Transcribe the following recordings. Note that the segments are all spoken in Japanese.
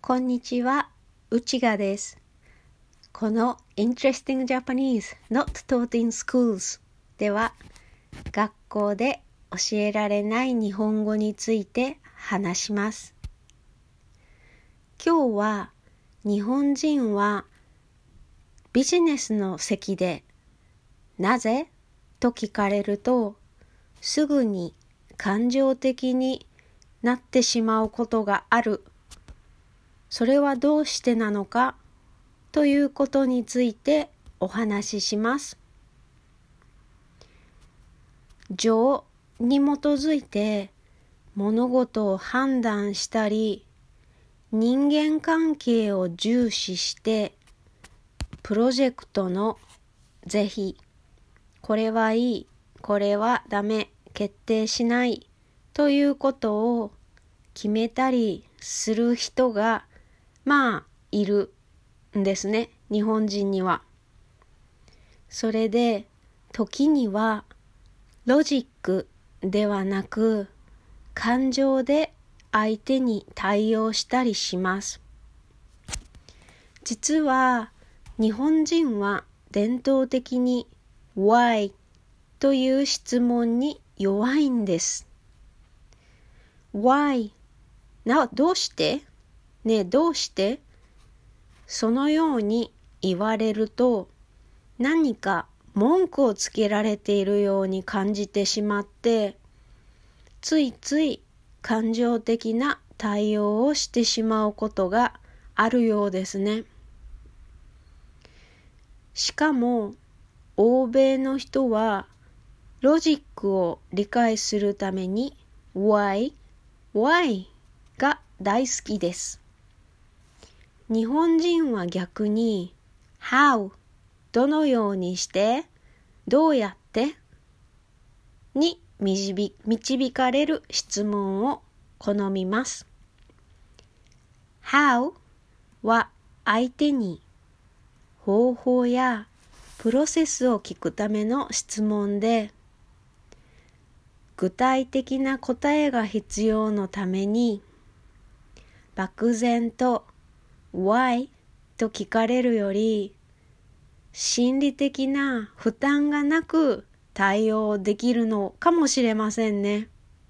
こんにちは、内賀です。この Interesting Japanese Not Taught in Schools では、学校で教えられない日本語について話します。今日は日本人はビジネスの席でなぜと聞かれるとすぐに感情的になってしまうことがある。それはどうしてなのかということについてお話しします。情に基づいて物事を判断したり、人間関係を重視してプロジェクトの是非、これはいい、これはダメ、決定しないということを決めたりする人がいるんですね、日本人には。それで時にはロジックではなく感情で相手に対応したりします。実は日本人は伝統的に Why という質問に弱いんです。Why? どうしてどうしてそのように言われると何か文句をつけられているように感じてしまってついつい感情的な対応をしてしまうことがあるようですね。しかも欧米の人はロジックを理解するために Why が大好きです。日本人は逆に How どのようにしてどうやってに導かれる質問を好みます。How は相手に方法やプロセスを聞くための質問で、具体的な答えが必要のために漠然とWhy? と聞かれるより心理的な負担がなく対応できるのかもしれませんね。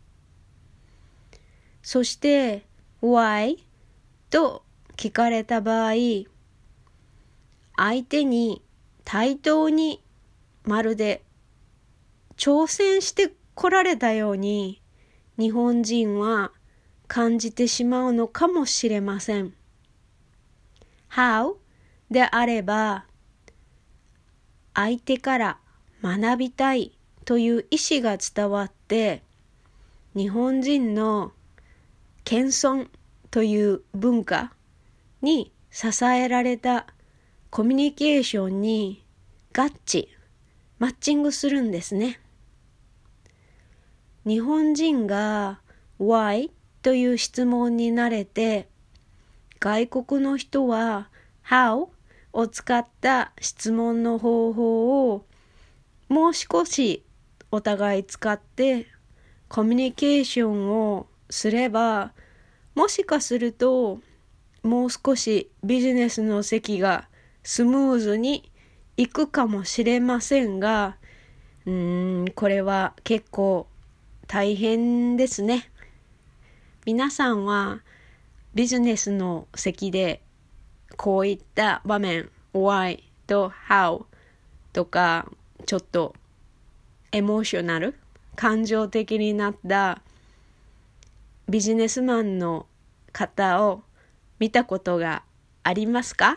そして Why? と聞かれた場合、相手に対等にまるで挑戦してこられたように日本人は感じてしまうのかもしれません。How であれば相手から学びたいという意思が伝わって日本人の謙遜という文化に支えられたコミュニケーションにマッチングするんですね。日本人が Why という質問に慣れて外国の人は How を使った質問の方法をもう少しお互い使ってコミュニケーションをすればもしかするともう少しビジネスの席がスムーズにいくかもしれませんが、これは結構大変ですね。皆さんはビジネスの席でこういった場面 Why と How とかちょっとエモーショナル感情的になったビジネスマンの方を見たことがありますか？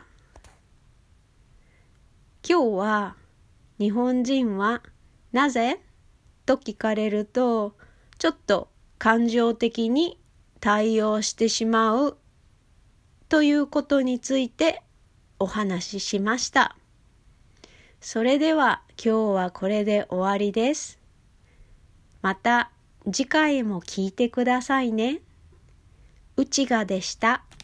今日は日本人はなぜと聞かれるとちょっと感情的に対応してしまうということについてお話ししました。それでは今日はこれで終わりです。また次回も聞いてくださいね。内賀でした。